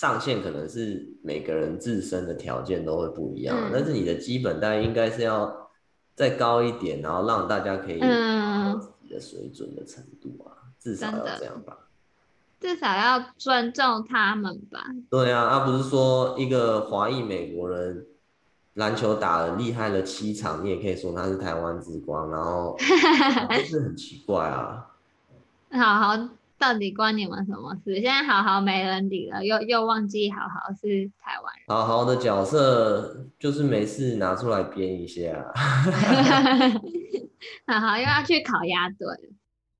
上限可能是每个人自身的条件都会不一样啊，但是嗯你的基本大概应该是要再高一点，然后让大家可以达到嗯， 自己的水准的程度啊，至少要这真的， 样吧。 至少要尊重他们吧。 对啊，不是说一个华裔美国人篮球打了厉害了7场，你也可以说他是台湾之光，然后就是很奇怪啊。 好好到底关你们什么事？现在好好没人理了，又忘记好好是台湾好好的角色就是没事拿出来编一下。 人，好好又要去考鸭队了。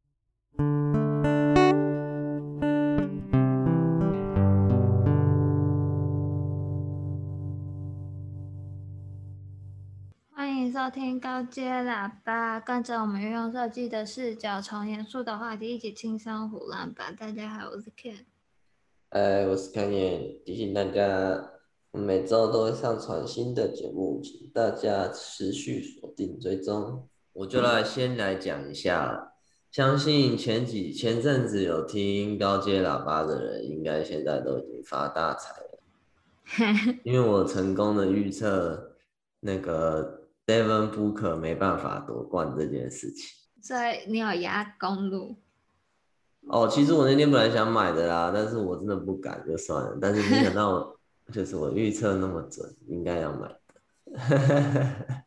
欢迎收听高阶喇叭，跟着我们运用设计的视角，从严肃的话题一起轻松胡乱吧。大家好，我是 Ken。 我是康燕，提醒大家，我们每周都会上传新的节目，请大家持续锁定追踪。我就先来讲一下，相信前阵子有听高阶喇叭的人，应该现在都已经发大财了，因为我成功的预测那个 Devin Booker 没办法夺冠这件事情。 所以你有压公路？ 哦，其实我那天本来想买的啦，但是我真的不敢，就算了。但是没想到，就是我预测那么准，应该要买的。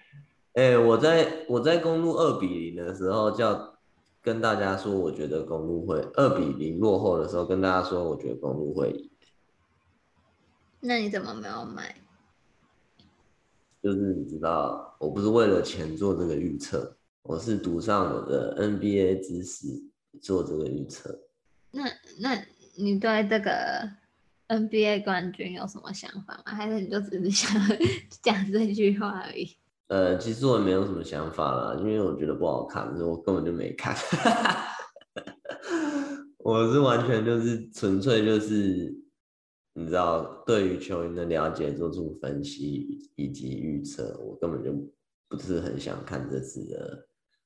我在公路2-0的时候，跟大家说，我觉得公路会2-0落后的时候，跟大家说，我觉得公路会赢。 那你怎么没有买？ 就是你知道，我不是为了钱做这个预测，我是赌上我的 NBA 知识做这个预测。 那你对这个 NBA 冠军有什么想法吗？还是你就只是想讲这句话而已？ 其实我也没有什么想法啦，因为我觉得不好看，所以我根本就没看。我是完全就是纯粹就是你知道对于球员的了解做出分析以及预测，我根本就不是很想看这次的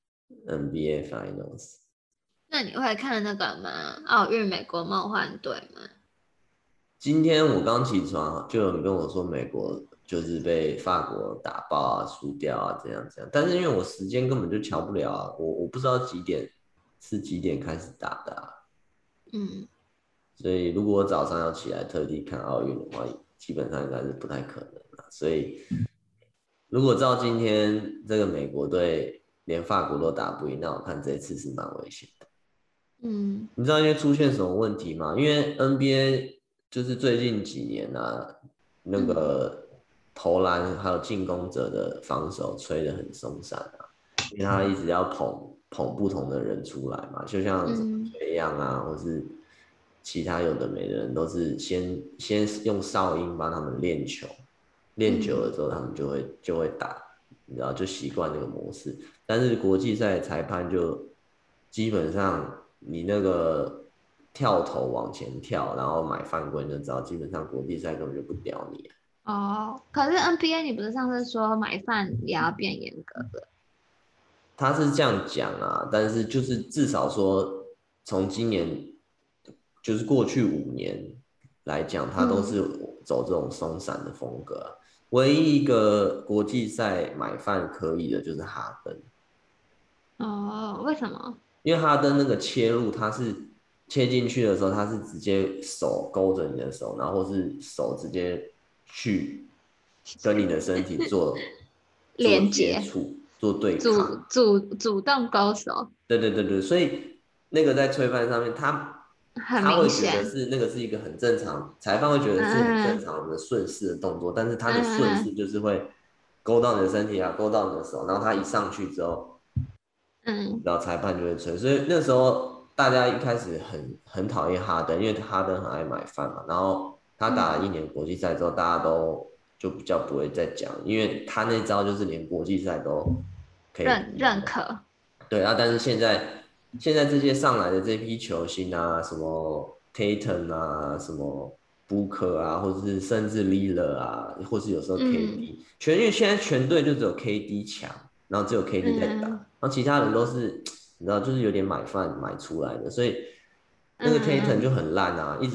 NBA Finals。 那你会看那个吗？奥运美国梦幻队吗？ 今天我刚起床，就有人跟我说美国就是被法国打爆啊、输掉啊，这样这样。但是因为我时间根本就瞧不了啊，我不知道几点开始打的啊， 嗯， 所以如果我早上要起来特地看奥运的话，基本上应该是不太可能了。所以如果照今天这个美国队连法国都打不赢，那我看这一次是蛮危险的。 嗯你知道因为出现什么问题吗？因为 NBA 就是最近几年啊，那嗯个投篮还有进攻者的防守吹得很松散啊，因为他一直要捧不同的人出来嘛，就像什么嗯这样啊，或是其他有的没的人，都是先用哨音帮他们练球，练久嗯， 了之后他们就会打，你知道就习惯那个模式。但是国际赛裁判就基本上你那个跳投往前跳，然后买犯规就知道，基本上国际赛根本就不屌你啊。 哦，可是 NBA 你不是上次说买饭也要变严格的？ 他是这样讲啊，但是就是至少说从今年就是过去5年来讲，他都嗯， 是走这种松散的风格啊。唯一一个国际赛买饭可以的就是哈登。 哦，为什么？ 因为哈登那个切入，他是切进去的时候，他是直接手勾着你的手，然后或是手直接去跟你的身体做连接， 接触、做对抗。 主动勾手， 对对对对，所以那个在吹判上面，他很他会觉得明显。 是那个是一个很正常，裁判会觉得是很正嗯常的顺势的动作，但是他的顺势嗯就是会勾到你的身体啊，勾到你的手，然后他一上去之后。 嗯然后裁判就会吹，所以那时候大家一开始很讨厌哈登，因为哈登很爱买饭嘛。然后他打了嗯， 1年国际赛之后，大家都就比较不会再讲，因为他那招就是连国际赛都可以赢的。 认可。 对啊，但是现在这些上来的这批球星啊，什么 Tatum 啊，什么 Booker 啊，或者是甚至 Lillard 啊，或是有时候嗯 KD，因为现在全队就只有 KD 强，然后只有 KD 在打， 嗯然后其他人都是你知道，就是有点买饭买出来的，所以那个 Tatum 就嗯很烂啊，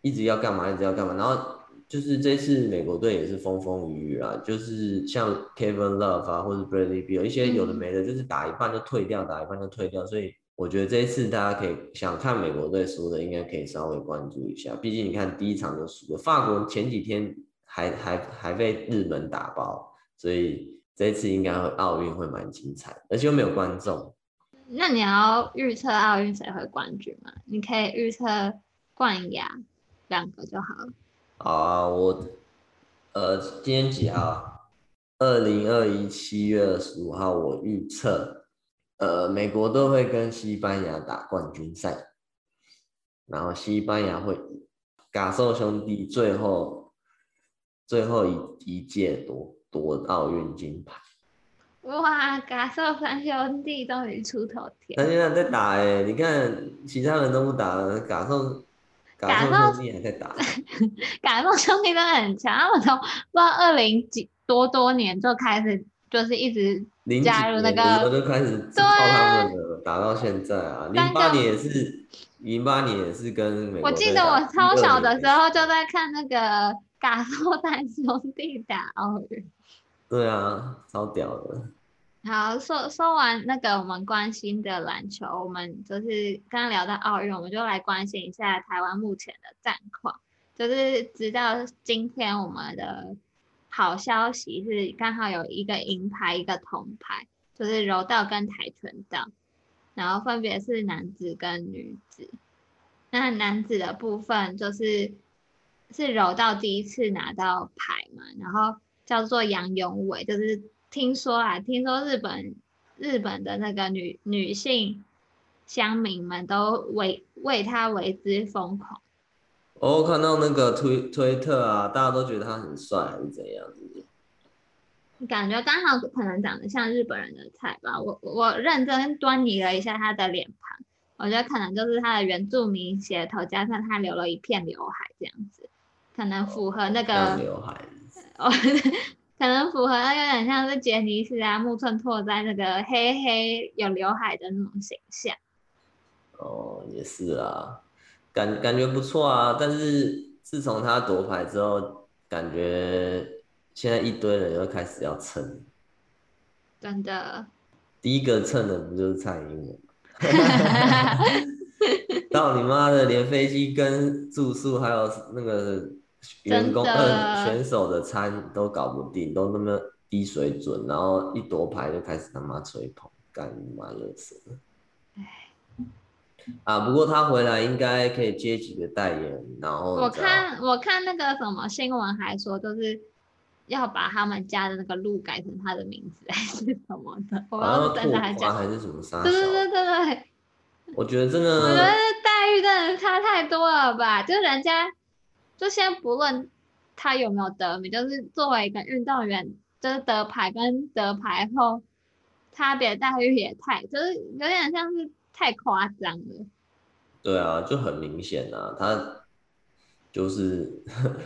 一直要干嘛，一直要干嘛，然后就是这次美国队也是风风雨雨啊，就是像 Kevin Love 啊，或者 Bradley Beal 一些有的没的，就是打一半就退掉，打一半就退掉，所以我觉得这一次大家可以想看美国队输的，应该可以稍微关注一下，毕竟你看第一场就输了，法国前几天还被日本打爆，所以这一次应该奥运会蛮精彩的，而且又没有观众。 那你要预测奥运谁会冠军吗？你可以预测冠亚2个就好了。 好啊，今天几号啊？2021年7月25号，我预测，美国队会跟西班牙打冠军赛，然后西班牙会赢，嘎兽兄弟最后一届夺奥运金牌。 哇，嘎兽三兄弟终于出头天！ 他现在在打你看其他人都不打了，嘎兽兄嘎弟还在打。 嘎兽兄弟真的很强，他们从不知道20几多年就开始，就是一直零几加入那年的时候个， 就开始对靠他们啊， 的打到现在啊，零三个。 八年也是，跟美我国队打， 记得我超小 12年也是。 的时候就在看那个嘎兽三兄弟打奥运。 对啊，超屌的。 好，说完那个我们关心的篮球，我们就是刚刚聊到奥运，我们就来关心一下台湾目前的战况。就是直到今天，我们的好消息是刚好有一个银牌，一个铜牌，就是柔道跟跆拳道，然后分别是男子跟女子。那男子的部分是柔道第一次拿到牌嘛，然后叫做杨永伟，就是听说日本的那个女性乡民们都为他为之疯狂。 我看到那个推特啊，大家都觉得他很帅，还是怎样子？ 感觉刚好可能长得像日本人的菜吧。我认真端倪了一下他的脸庞，我觉得可能就是他的原住民血头，加上他留了一片刘海这样子，可能符合那像个， 刘海。 哦，可能符合那有点像是杰尼斯啊木村拓哉那个黑黑有刘海的那种形象。 哦，也是啊，感觉不错啊，但是自从他夺牌之后，感觉现在一堆人又开始要蹭， 真的。 第一个蹭的不就是蔡英文吗？到你妈的，连飞机跟住宿还有那个真选的。 手的餐都搞不定，都那么低水准，然后一夺牌就开始他妈吹捧，干你妈乐色啊！不过他回来应该可以接几个代言，然后我你知道。 看我看那个什么新闻还说，就是要把他们家的那个路改成他的名字还是什么的，我不知道是好像要拓真的还是假的。 宽还是什么沙对对小， 对对对， 我觉得真我觉得的。 待遇真的差太多了吧？就人家就先不论他有没有得名，就是作为一个运动员，就是得牌跟得牌后差别待遇也就是有点像是太夸张了。 对啊，就很明显啊，他就是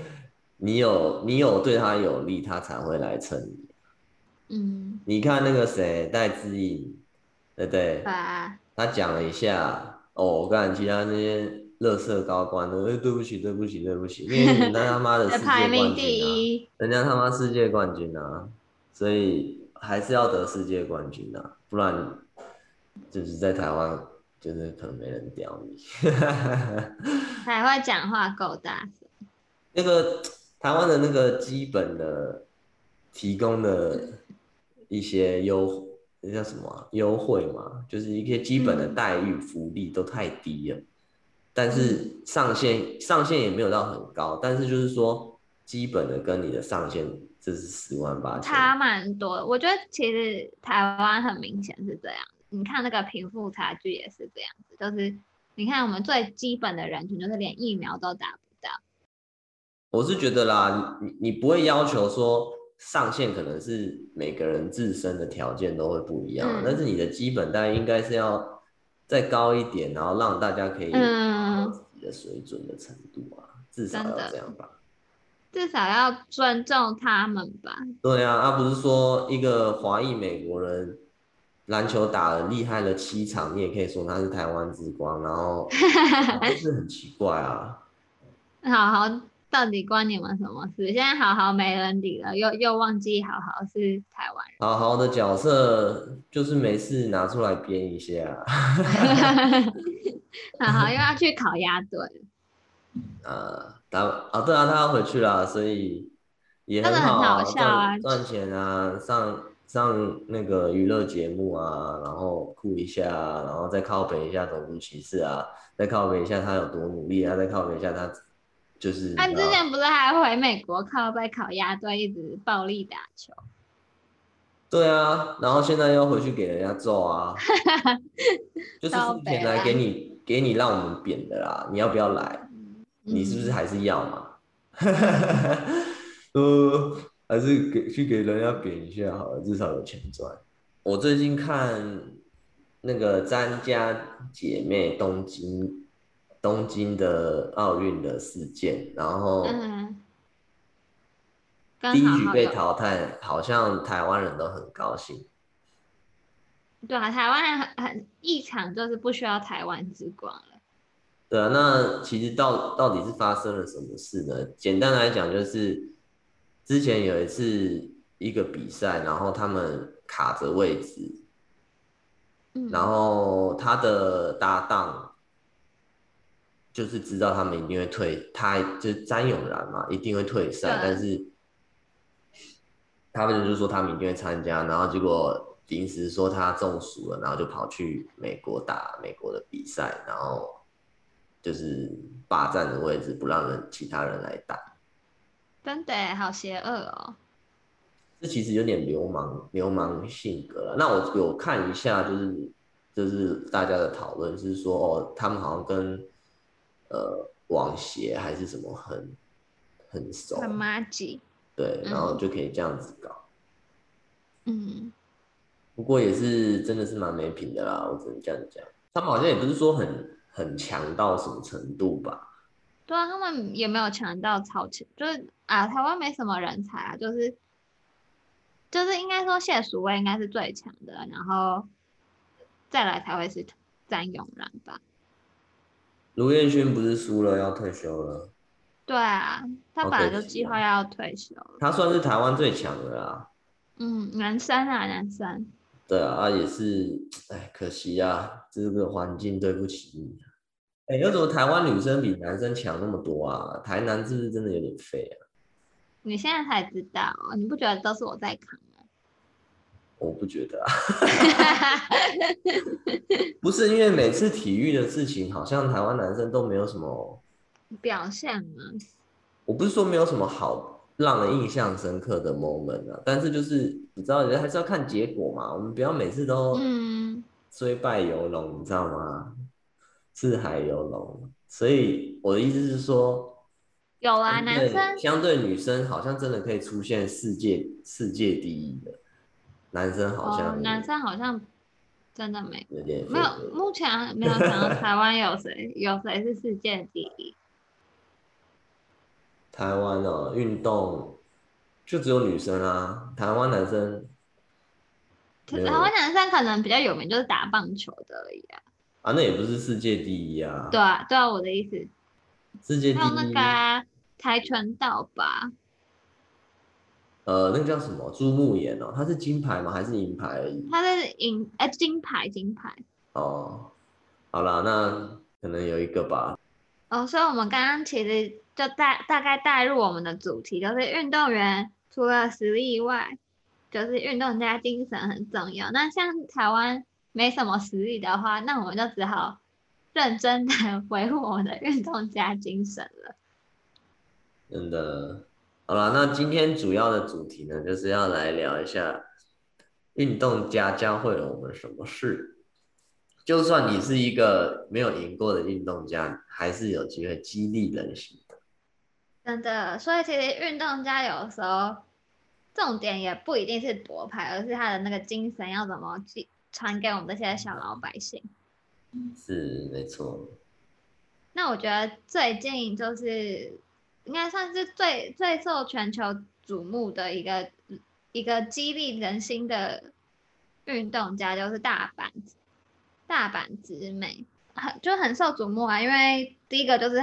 你有对他有利，他才会来蹭你。 嗯。 你看那个谁戴资颖，对不对？ 吧。 他讲了一下，哦，我看其他那些乐色高官都，对不起，对不起，对不起，因为人家他妈的的世界排名冠军啊， 第一。 人家他妈世界冠军啊，所以还是要得世界冠军啊，不然就是在台湾就是可能没人屌你。 还会讲话够大声。 那个台湾的那个基本的提供的一些那叫什么优惠嘛，就是一些基本的嗯待遇福利都太低了，但嗯， 是上限也没有到很高，但是就是说基本的跟你的上限这是10万8千。 差蛮多的。我觉得其实台湾很明显是这样，你看那个贫富差距也是这样子，就是你看我们最基本的人群，就是连疫苗都打不到。 我是觉得啦，你不会要求说上限可能是每个人自身的条件都会不一样啊，但是嗯你的基本大概应该是要再高一点，然后让大家可以达到嗯， 自己的水准的程度啊，至少要这真的， 样吧。 至少要尊重他们吧。 对啊，不是说一个华裔美国人篮球打了厉害了7场，你也可以说他是台湾之光，然后就是很奇怪啊。 好好到底关你们什么事？现在好好没人理了，又忘记好好是台湾好好的角色就是没事拿出来编一下。 人，好好又要去考鸭队了， 对啊，他要回去啦，所以也真的很好啊， 很好笑啊！ 赚钱啊，上那个娱乐节目啊，然后哭一下啊，然后再靠北一下种族歧视啊，再靠北一下他有多努力啊，再靠北一下他就是你他知道。 之前不是还回美国靠背考鸭队，一直暴力打球， 对啊，然后现在又回去给人家揍啊，就是超付钱来给北蓝。 你让我们扁的啦，你要不要来？你是不是嗯， 还是要嘛？还是给人家扁一下好了，至少有钱赚。我最近看那个詹家姐妹东京的奥运的事件，然后嗯，跟第一局被好好有， 淘汰，好像台湾人都很高兴。 对啊，台湾人很一场就是不需要台湾之光了。 对啊，那其实到底是发生了什么事呢？简单来讲，就是之前有一次一个比赛，然后他们卡着位置，然嗯， 后他的搭档就是知道他们一定会退，他就是詹永然嘛，一定会退赛，但对， 是他们就说他们一定会参加，然后结果临时说他中暑了，然后就跑去美国打美国的比赛，然后就是霸占的位置，不让其他人来打。 真的耶好邪恶哦。 这其实有点流氓性格了。那我有看一下，就是大家的讨论是说，哦，他们好像跟网协还是什么很很熟， 妈吉， 对，然后嗯就可以这样子搞。 嗯， 不过也是真的是蛮没品的啦，我只能这样讲。他们好像也不是说很强到什么程度吧。 对啊，他们也没有强到超前，就是啊，台湾没什么人才啊，就是应该说谢淑薇应该是最强的，然后再来才会是詹永然吧。 卢彦勋不是输了要退休了， 对啊，他好本来可惜啊。 就计划要退休了。 他算是台湾最强的啦。 嗯，男生啊，男生。 对啊，也是，哎，可惜啊，这个环境对不起你。哎，为什么台湾女生比男生强那么多啊？台南是不是真的有点废啊？ 你现在才知道哦，你不觉得都是我在扛吗？ 我不觉得啊，不是因为每次体育的事情，好像台湾男生都没有什么， 表现吗？ 我不是说没有什么好让人印象深刻的 moment 啊，但是就是你知道，人还是要看结果嘛，我们不要每次都嗯， 虽败犹荣，你知道吗？四海游龙，所以我的意思是说。 有啊， 相男生对相对女生好像真的可以出现世界第一的，男生好哦， 像男生好像真的有点没有， 废废目前没有想到台湾有谁是世界第一。 台湾哦，运动就只有女生啊，台湾男生没有人台湾男生可能比较有名，就是打棒球的而已啊。 啊，那也不是世界第一啊， 对啊，对啊，我的意思， 世界第还有那个一跆拳道吧， 那个叫什么朱木炎哦，他是金牌吗？还是银牌而已？ 他是金牌。 哦，好啦，那可能有一个吧。 哦，所以我们刚刚其实就大概带入我们的主题，就是运动员除了实力以外，就是运动家精神很重要。那像台湾没什么实力的话，那我们就只好认真的维护我们的运动家精神了。 真的，好啦，那今天主要的主题呢，就是要来聊一下运动家教会了我们什么事。就算你是一个没有赢过的运动家，还是有机会激励人心的。 真的，所以其实运动家有时候重点也不一定是夺牌，而是他的那个精神要怎么去传给我们这些小老百姓。 是没错。 那我觉得最近就是应该算是最受全球瞩目的一个激励人心的运动家，就是大阪直美，就很受瞩目啊。因为第一个就是他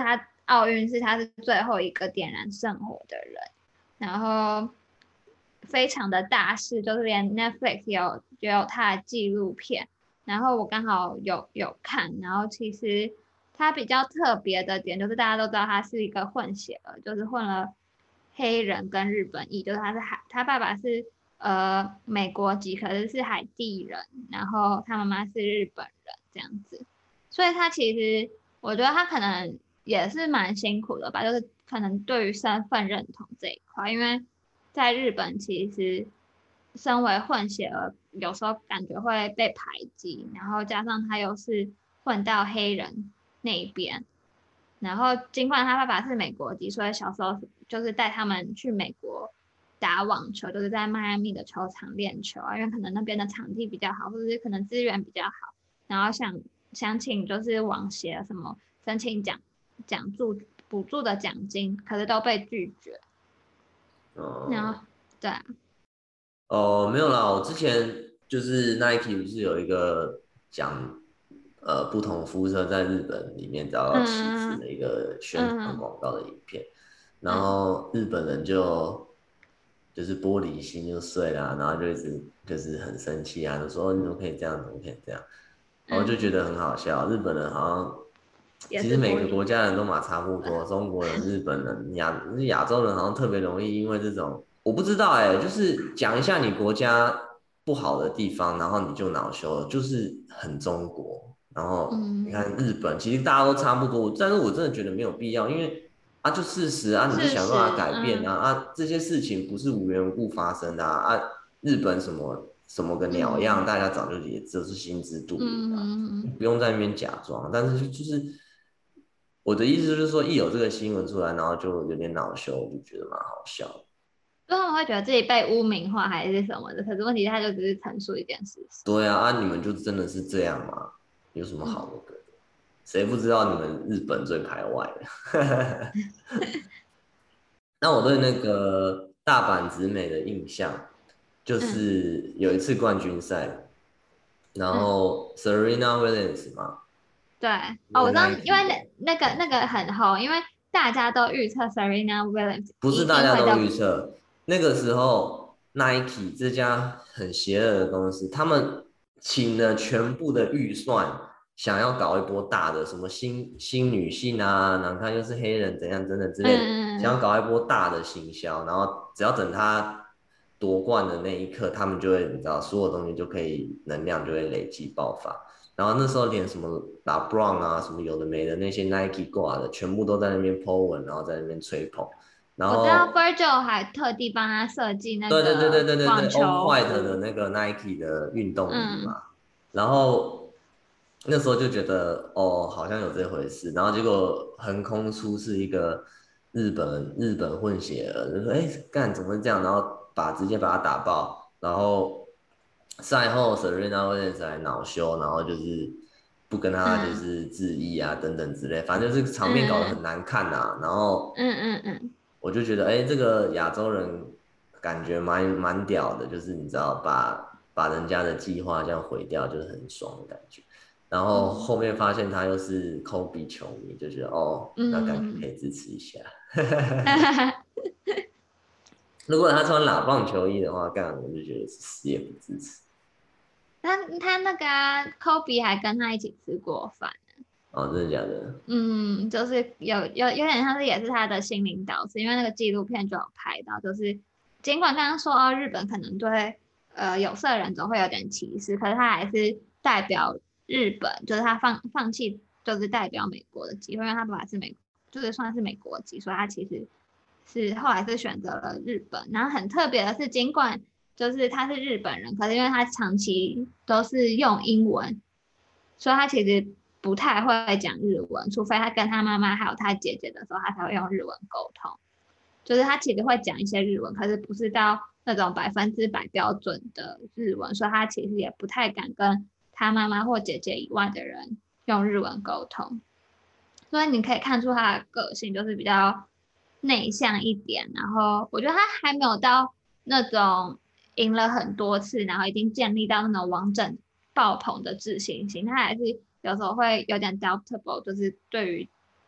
奥运他是最后一个点燃圣火的人，然后非常的大事，就是连 Netflix 有他的纪录片，然后我刚好有看，然后其实他比较特别的点就是大家都知道他是一个混血儿，就是混了黑人跟日本裔，就是他爸爸是美国籍，可是是海地人，然后他妈妈是日本人这样子，所以他其实我觉得他可能也是蛮辛苦的吧，就是可能对于身份认同这一块，因为在日本其实身为混血儿，有时候感觉会被排挤，然后加上他又是混到黑人那一边，然后尽管他爸爸是美国籍，所以小时候就是带他们去美国打网球，就是在迈阿密的球场练球啊，因为可能那边的场地比较好，或者是可能资源比较好，然后想请就是网协什么申请奖助补助的奖金，可是都被拒绝。然哦、 后对啊， 哦，没有啦，我之前就是 Nike 不是有一个讲不同肤色在日本里面遭到歧视嗯的一个宣传嗯广告的影片，然嗯后日本人就是玻璃心就碎啦，然后就一直就是很生气啊，就说你怎么可以这样，怎么可以这样，然后就觉嗯， 得很好笑，日本人好像。 也其实每个是玻璃。 国家人都嘛差不多，中国人、日本人、亚洲人好像特别容易因为这种，我不知道哎、就是讲一下你国家不好的地方，然后你就恼羞，就是很中国。然后你看嗯， 日本，其实大家都差不多，但是我真的觉得没有必要，因为啊就事实啊，你就想办法事实， 改变啊，这些事情不是无缘无故发生的日本什么什么个鸟样， 嗯大家早就也就是心知肚明啊。 嗯， 不用在那边假装，但是就是我的意思就是说，一有这个新闻出来，然后就有点恼羞，我就觉得蛮好笑的。 就他们会觉得自己被污名化还是什么的，可是问题他就只是陈述一件事实。 对啊，你们就真的是这样吗？有什么好嗯那个的？谁不知道你们日本最排外的？那我对那个大阪直美的印象，就嗯是有一次冠军赛，然嗯， 后 Serena Williams 嘛， 对，哦， 那个我知道，因 Nike 为的， 那个很红，因为大家都预测 Serena Williams 不是一大家都定会到， 预测，那个时候 Nike 这家很邪恶的公司，他们请了全部的预算，想要搞一波大的，什么新女性啊，难看又是黑人怎样等等之类的，想要嗯搞一波大的行销，然后只要等他夺冠的那一刻，他们就会你知道，所有东西就可以能量就会累积爆发。然后那时候连什么打 Brown 啊，什么有的没的那些 Nike 挂的，全部都在那边 po 文，然后在那边吹捧。然我知道后， Virgil 还特地帮他设计那对对对对个对对对网 ，Off 球 White 的服， 那个 Nike 的运动衣嘛。 嗯然后那时候就觉得哦，好像有这回事。然后结果横空出世一个日本混血儿，就说哎干怎么会这样？然后直接把他打爆。然后赛后 Serena Williams 还恼羞，然后就是不跟他就嗯是致意啊等等之类，反正就是场面搞得嗯很难看呐、然后嗯， 我就觉得，哎，这个亚洲人感觉蛮屌的，就是你知道把人家的计划这样毁掉，就是很爽的感觉。然后嗯后面发现他又是 Kobe 球迷，就觉得哦，那感觉可嗯， 以支持一下。 哈哈哈。 如果他穿喇棒球衣的话，干我就觉得是死也不支持。 他那个啊，Kobe 还跟他一起吃过饭， 哦，真的假的？ 嗯，就是有点像是也是他的心灵导师，因为那个纪录片就有拍到，就是尽管刚刚说哦，日本可能对有色人种会有点歧视，可是他还是代表日本，就是他放弃就是代表美国的机会，因为他爸爸是就是算是美国籍，所以他其实是后来是选择了日本。然后很特别的是，尽管就是他是日本人，可是因为他长期都是用英文，所以他其实不太会讲日文，除非他跟他妈妈还有他姐姐的时候，他才会用日文沟通。就是他其实会讲一些日文，可是不是到那种100%标准的日文，所以他其实也不太敢跟他妈妈或姐姐以外的人用日文沟通。所以你可以看出他的个性就是比较内向一点，然后我觉得他还没有到那种赢了很多次，然后已经建立到那种王者爆棚的自信心，他还是有时候会有点 doubtable，就是对于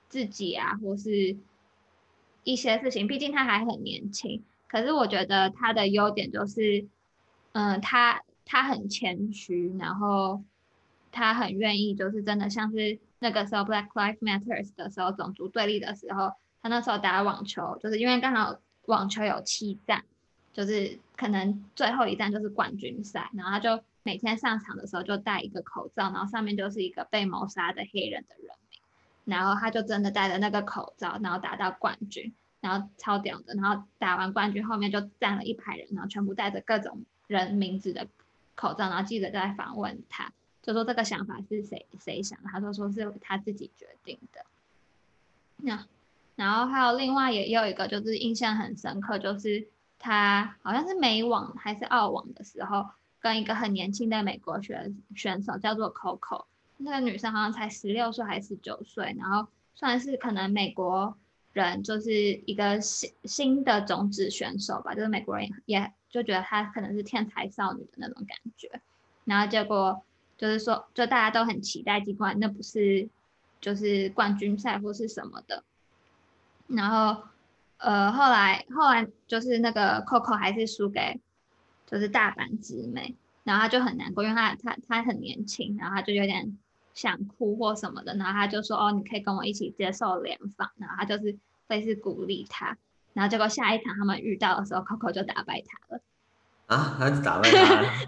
自己啊，或是一些事情，毕竟他还很年轻。可是我觉得他的优点就是，他很谦虚，然后他很愿意，就是真的像是那个时候 Black Lives Matters 的时候，种族对立的时候，他那时候打网球，就是因为刚好网球有7站，就是可能最后一站就是冠军赛，然后他就每天上场的时候就戴一个口罩，然后上面就是一个被谋杀的黑人的人名，然后他就真的戴着那个口罩，然后打到冠军。然后超屌的，然后打完冠军后面就站了一排人，然后全部戴着各种人名字的口罩，然后记者就在访问他，就说这个想法是谁想的，他说是他自己决定的。那然后还有另外也有一个就是印象很深刻，就是他好像是美网还是澳网的时候，跟一个很年轻的美国选手叫做 Coco，那个女生好像才16岁还是19岁，然后算是可能美国人就是一个新的种子选手吧，就是美国人也就觉得她可能是天才少女的那种感觉，然后结果就是说，就大家都很期待，尽管那不是就是冠军赛或是什么的，然后后来就是那个 Coco 还是输给就是大阪直美，然后他就很难过，因为他很年轻，然后他就有点想哭或什么的，然后他就说哦，你可以跟我一起接受联访，然后他就是类似鼓励他，然后结果下一场他们遇到的时候，Coco 就打败他了。 啊，他就打败他了。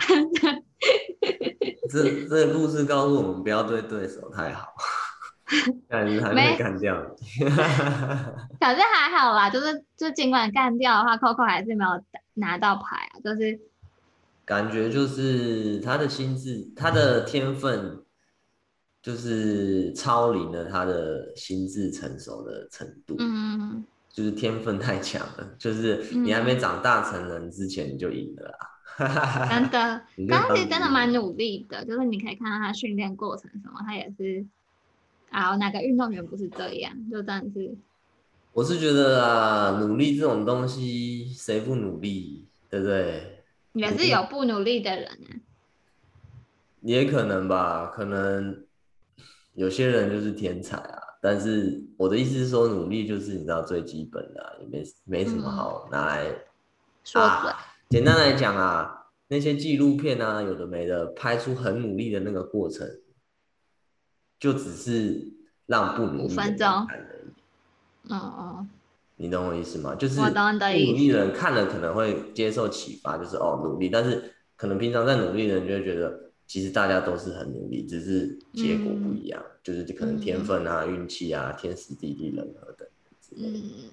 这个故事告诉我们，不要对对手太好，但是他就会没， 干掉你。 可是还好啦，就尽管干掉的话，Coco 还是没有拿到牌啊，就是感觉就是他的心智，他的天分，就是超龄了他的心智成熟的程度， 嗯就是天分太强了，就是你还没嗯， 长大成人之前你就赢了啦， 真的， 你就可他其实真的当蛮努力的，就是你可以看到他训练过程什么，他也是啊，哪个运动员不是这样，就真的是我是觉得啊，努力这种东西，谁不努力，对不对？ 也是有努力不努力的人啊。 也可能吧，可能有些人就是天才啊。但是我的意思是说，努力就是你知道最基本的啊也没什么嗯， 好拿来啊。 说嘴， 简单来讲啊，那些纪录片啊，有的没的，拍出很努力的那个过程，就只是让不努五力的人分钟， 看而已。 嗯嗯， 你懂我意思吗？就是我懂你的不努力的意思， 人看了可能会接受启发，就是哦努力，但是可能平常在努力的人就会觉得，其实大家都是很努力，只是结果不嗯一样，就是可能天嗯分啊、运气啊、天时地利人和等之类的。 嗯，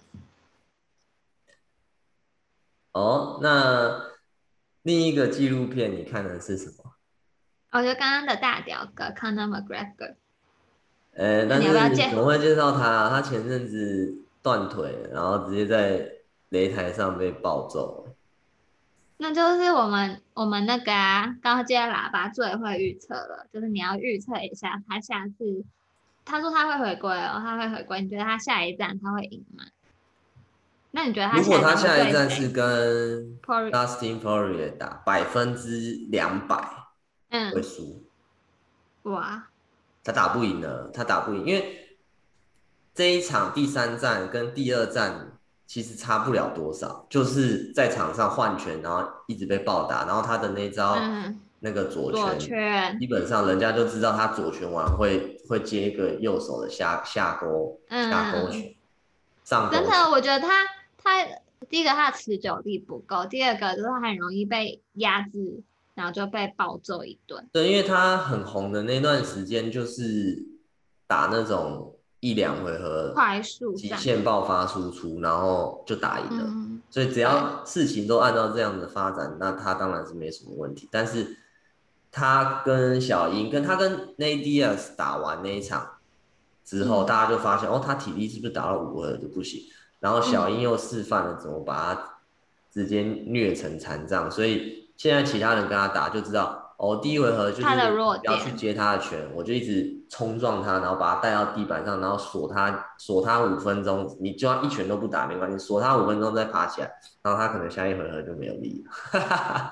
哦，那另一个纪录片你看的是什么？ 我觉得刚刚的大屌哥 Conor McGregor，那但你要不要介？ 是怎么会介绍他啊？他前阵子断腿，然后直接在擂台上被暴揍。 那就是我们那个高阶喇叭最会预测了，就是你要预测一下他下次，他说他会回归哦，他会回归，你觉得他下一站他会赢吗？那你觉得他如果他下一站会下一站是对谁跟 ？Pory， Dustin Poirier 打，200%会嗯， 输， 哇， 他打不赢了，他打不赢，因为这一场第三战跟第二战其实差不了多少，就是在场上换拳，然后一直被暴打，然后他的那招嗯， 那个左左拳，基圈， 本上人家就知道他左拳完会接一个右手的下勾嗯， 拳，上真的， 勾拳。 我觉得他第一个他的持久力不够，第二个就是他很容易被压制，然后就被暴揍一顿， 对，因为他很红的那段时间，就是打那种一两回合快速极战， 限爆发输出，然后就打赢了。 嗯， 所以只对， 要事情都按照这样的发展，那他当然是没什么问题。但是他跟小英，他跟 Nate Diaz 打完那一场之后， 嗯大家就发现哦，他体力是不是打到5回合就不行？然后小英嗯， 又示范了怎么把他直接虐成残障，所以现在其他人跟他打就知道，哦，第一回合就他的是弱点。 不要去接他的拳，我就一直冲撞他，然后把他带到地板上，然后锁他5分钟，你就算一拳都不打没关系，锁他5分钟再爬起来，然后他可能下一回合就没有力了，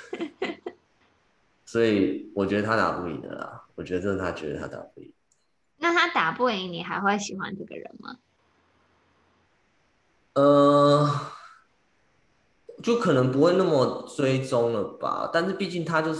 所以我觉得他打不赢的啦，我觉得这是他觉得他打不赢。 那他打不赢你，还会喜欢这个人吗？ 呃，就可能不会那么追踪了吧。但是毕竟他就是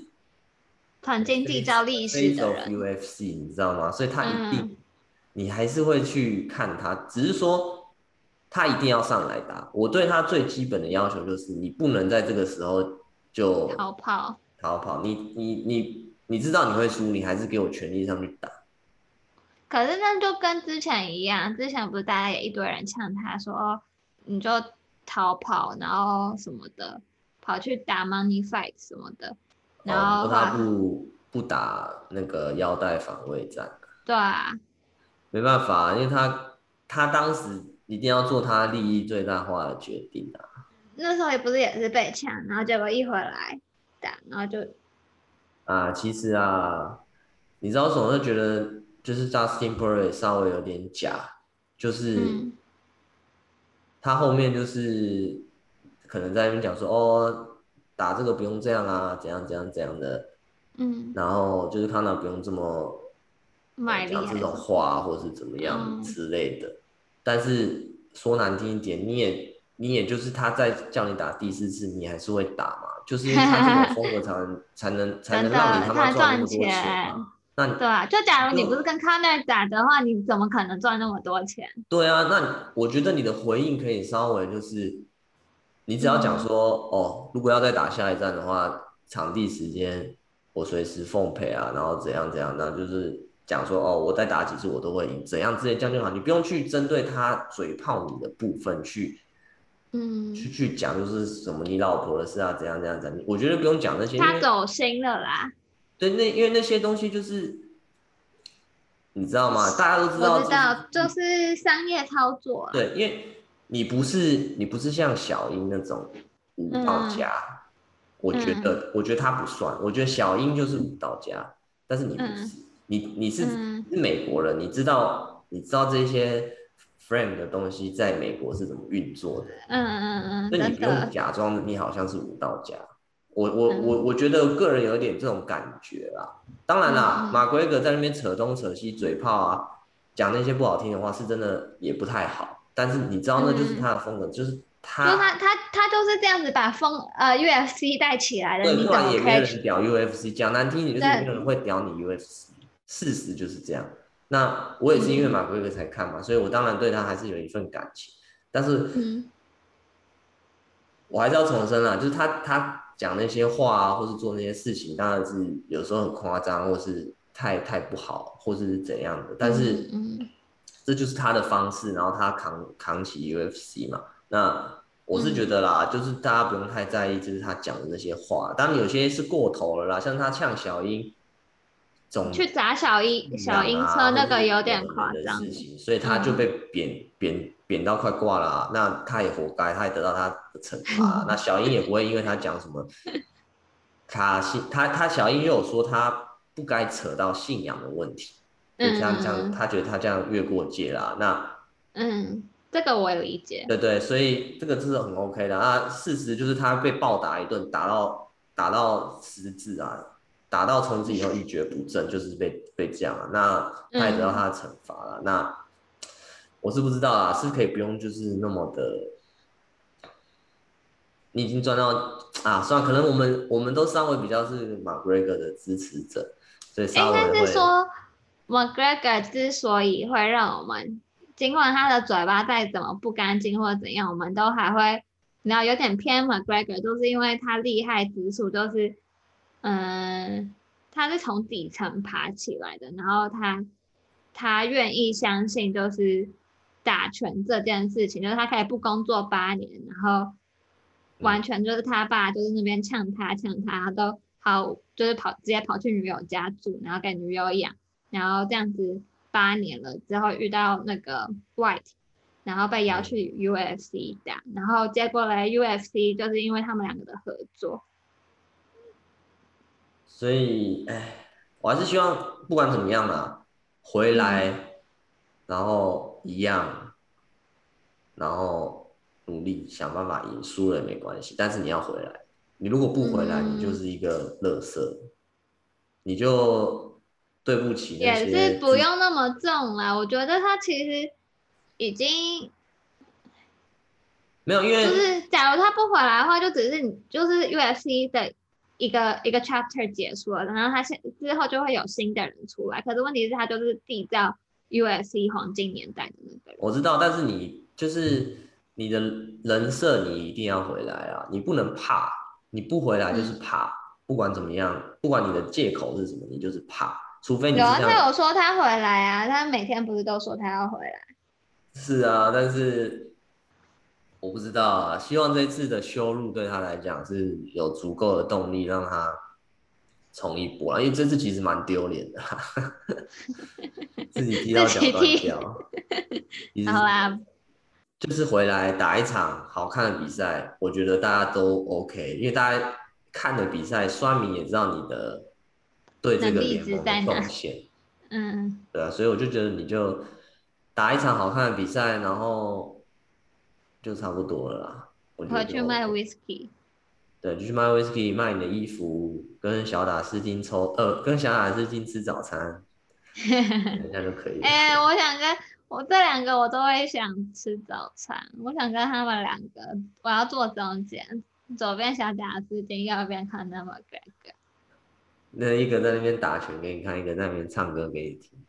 曾 the 经缔造 face the 历史 face 的 of 人， UFC，你知道吗？所以他一定嗯， 你还是会去看他，只是说他一定要上来打。我对他最基本的要求就是你不能在这个时候就逃跑。 逃跑，你知道你会输，你还是给我全力上去打。 可是那就跟之前一样，之前不是大家也一堆人呛他说，哦，你就逃跑，然后什么的，跑去打 money fight 什么的，然哦，你说他后后来， 不打那个腰带防卫战， 对啊， 没办法，因为他当时一定要做他利益最大化的决定啊。 那时候也不是也是被呛，然后结果一回来打，然后就， 啊，其实啊，你知道为什么会觉得就是 Justin p o r e 稍微有点假，就是嗯他后面就是可能在那边讲说哦，打这个不用这样啊，怎样怎样怎样的， 嗯， 然后就是康纳不用这么卖讲这种力还是， 话或是怎么样嗯， 之类的。但是说难听一点，你也就是他在叫你打第四次，你还是会打嘛，就是因为他这种风格才能让你真的， 他妈他赚赚那么多钱嘛。 钱， 那对啊，就假如你不是就跟康奈打的话，你怎么可能赚那么多钱？ 对啊，那我觉得你的回应可以稍微就是，你只要讲嗯说，哦，如果要再打下一站的话，场地时间我随时奉陪啊，然后怎样怎样，那就是讲说，哦，我再打几次我都会赢，怎样之类这样就好，你不用去针对他嘴炮你的部分嗯。 去讲，就是什么你老婆的事啊，怎样怎样怎样，我觉得不用讲那些，因他为走心了啦， 对因为那些东西就是你知道吗？大家都知道，就是我知道，就是商业操作啊。 对，因为你不是像小英那种武道嗯家， 嗯我觉得他不算，我觉得小英就是武道家，但是你不是， 嗯你是嗯美国人，你知道这些 frame 的东西在美国是怎么运作的，所以你不用真的， 假装你好像是武道家。我嗯觉得个人有一点这种感觉啦。当然啦，马嗯嗯奎格在那边扯东扯西嘴炮啊，讲那些不好听的话，是真的也不太好。但是你知道，那就是嗯， 他的风格，就是就是他就是这样子把UFC 带起来的， 对， 你怎不然也没么可以去？ 有人屌 UFC。讲难听一点，就是没有人对， 会屌你 UFC。事实就是这样。那我也是因为马嗯奎格才看嘛，所以我当然对他还是有一份感情。但是嗯我还是要重申啦，就是他讲那些话啊，或是做那些事情，当然是有时候很夸张，或是太不好，或是怎样的。但是嗯这就是他的方式，然后他扛起 UFC 嘛。那我是觉嗯， 得啦，就是大家不用太在意，就是他讲的那些话。当然有些是过头了啦，像他呛小英种去砸信小仰啊， 鹰车那或是个有点有的没的夸张。 事情，所以他就被嗯， 贬到快挂了啊，那他也活该，他也得到他的惩罚啊。那小英也不会因为他讲什么，他小英又有说他不该扯到信仰的问题，就这样， 嗯他觉得他这样越过界啦。那这个我也理解。 对对，所以这个是很 OK 的啊。事实就是他被暴打一顿，打到失智啊，打到从此以后一蹶不振，就是被这样啊。那他也得到嗯。 他的惩罚了。那我是不知道啊，是可以不用就是那么的，你已经赚到啊，算了，可能我们都稍微比较是 McGregor 的支持者，所以稍应该微会是说，McGregor 之所以会让我们，尽管他的嘴巴再怎么不干净或者怎样，我们都还会，你知道有点偏 McGregor，就是因为他厉害之处就是，嗯，他是从底层爬起来的，然后他愿意相信就是打拳这件事情，就是他可以不工作8年，然后嗯， 完全就是他爸就是那边呛他都好，就是直接跑去女友家住，然后给女友养，然后这样子8年了之后遇到那个 White，然后被邀去嗯， UFC 打，然后结果嘞 UFC 就是因为他们两个的合作， 所以哎，我还是希望不管怎么样啦，回嗯来然后一样。然后努力想办法赢，输了也没关系，但是你要回来。你如果不回来，你就嗯是一个垃圾，你就对不起那也些是不用那么重啦。我觉得他其实已经没有，因就为是，假如他不回来的话，就只是你就是 UFC 的一个 chapter 结束了，然后之后就会有新的人出来。可是问题是，他就是缔造 UFC 黄金年代的那个人。 我知道，但是你就是你的人设，你一定要回来啊！你不能怕，你不回来就是嗯， 怕。不管怎么样，不管你的借口是什么，你就是怕。除非你有啊， 是像他有说他回来啊，他每天不是都说他要回来？ 是啊，但是我不知道啊。希望这次的修路对他来讲是有足够的动力，让他冲一波啊。因为这次其实蛮丢脸的自己踢自到脚己踢， 断掉，其实好啦， 就是回来打一场好看的比赛，我觉得大家都 OK，因为大家看的比赛，酸民也知道你的对这个能力联盟的值在哪？ 贡献， 嗯， 对啊，所以我就觉得你就打一场好看的比赛，然后就差不多了啦，我觉得就回去卖 OK。 whisky。 对，就去卖 whisky，卖你的衣服，跟小打斯汀吃早餐，等一下就可以了。 哎、我想跟我这两个我都会想吃早餐，我想跟他们两个，我要坐中间，左边小贾斯汀，右边看那么哥哥。 那一个在那边打拳给你看，一个在那边唱歌给你听。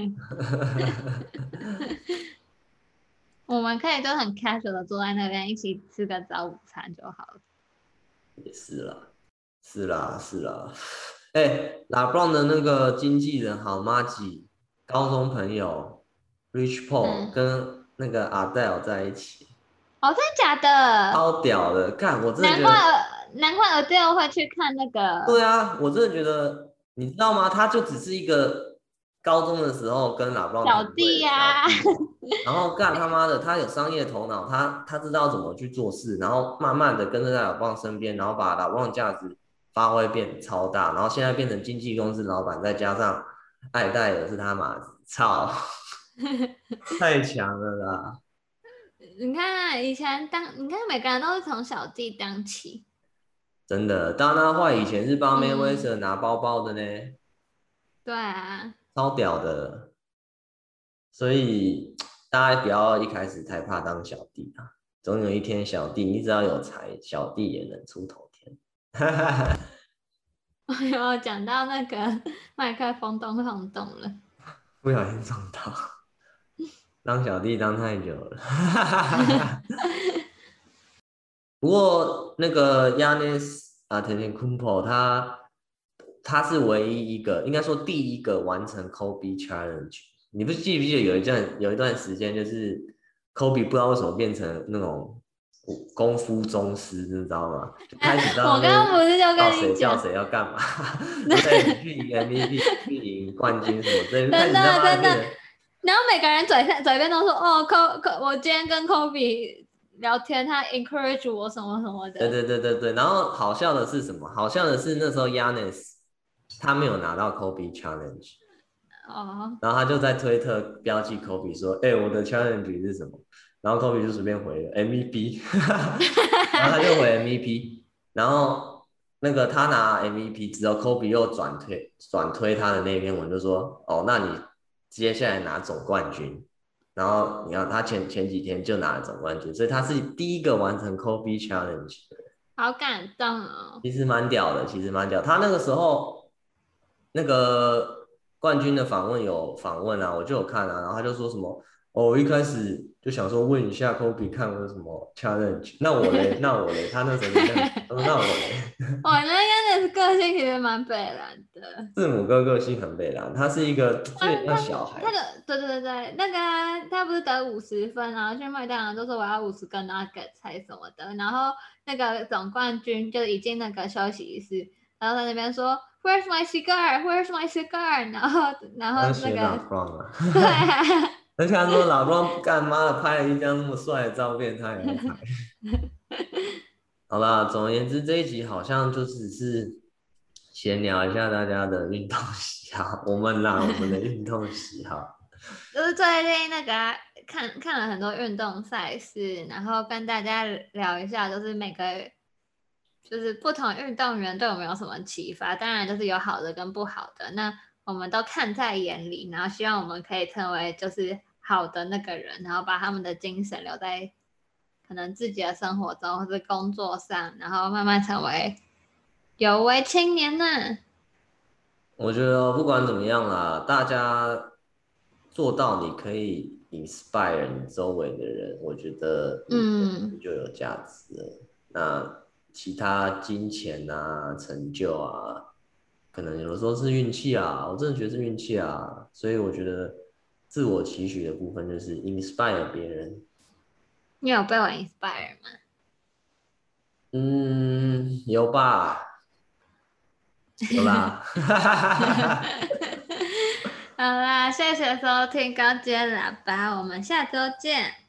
我们可以就很 casual 的坐在那边一起吃个早午餐就好了。 也是啦，是啦，是啦。哎，拉布朗的那个经纪人好妈吉，高中朋友 Rich Paul 嗯， 跟那个 Adele 在一起， 哦，真的假的？ 超屌的。干，我真的难怪觉得， 难怪 Adele 会去看那个对啊，我真的觉得，你知道吗？他就只是一个高中的时候跟拉布朗小同队的弟呀、 小弟，然后干他妈的，他有商业头脑，他知道怎么去做事，然后慢慢的跟着在老棒身边，然后把老棒的价值发挥变超大，然后现在变成经纪公司老板，再加上艾戴尔是他妈操，太强了啦！ 你看啊以前你看每个人都是从小弟当起。 真的，当他坏以前是帮 Mayweather 嗯， 拿包包的呢， 对啊。 超屌的，所以大家不要一开始太怕当小弟啊，总有一天小弟你只要有才，小弟也能出头天。 我有讲到那个麦克风咚咚咚了。 不小心撞到，当小弟当太久了。不过那个 Yanis 啊 t e t e k u m p o 他是唯一一个，应该说第一个完成 Kobe Challenge。你不记不记得有一段时间，就是 Kobe 不知道为什么变成那种功夫宗师，你知道吗？就开始在我刚那边刚不是就叫跟你讲， 谁叫谁要干嘛，对，你去赢 MVP，去赢冠军什么之类的，就开真始他的真的， 妈的变成然后每个人嘴边都说哦我今天跟 Kobe 聊天，他 encourage 我什么什么的。 对对对对对，然后好笑的是什么？好笑的是那时候 Yanis 他没有拿到 Kobe Challenge， 哦， 然后他就在推特标记 Kobe 说：“哎、我的 challenge 是什么？”然后 Kobe 就随便回了 MVP，然后他就回 MVP，然后那个他拿 MVP 之后，Kobe 又转推他的那篇文，就说：“哦，那你接下来拿总冠军。”然后你看他前几天就拿了总冠军，所以他是第一个完成 Kobe Challenge 的人， 好感动哦。 其实蛮屌的，其实蛮屌。他那个时候那个冠军的访问有访问啊，我就有看啊，然后他就说什么哦，我一开始就想说问一下 Kobe 看我有什么 challenge，那我嘞，那我嘞，他那时候就这样，他说那我嘞， 我那个的个性其实蛮北蓝的。 字母哥个性很北蓝，他是一个就有点像他小孩， 那个对对对对，那个啊他不是得50分，然后去麦当劳就说我要50个 nuggets 还是什么的，然后那个总冠军就已经那个休息室，然后在那边说 Where's my cigar? Where's my cigar? 然后那他学老个 b r o 啊， 对啊， 而且他说老 b r o 干妈的拍了一张那么帅的照片，他也要拍。好啦，总而言之，这一集好像就只是闲聊一下大家的运动喜好，我们的运动喜好。 就是最近那个啊看了很多运动赛事，然后跟大家聊一下，就是每个就是不同运动员对我们有什么启发。当然就是有好的跟不好的。那我们都看在眼里，然后希望我们可以成为就是好的那个人，然后把他们的精神留在可能自己的生活中或者工作上，然后慢慢成为有为青年呢。 我觉得不管怎么样啦，大家做到你可以 inspire 你周围的人，我觉得你嗯， 就有价值了。那其他金钱啊、成就啊，可能有的时候是运气啊，我真的觉得是运气啊。所以我觉得自我期许的部分就是 inspire 别人。 你有被我 inspire 吗？ 嗯，有吧？有啦。 好啦，谢谢收听高阶喇叭，我们下周见。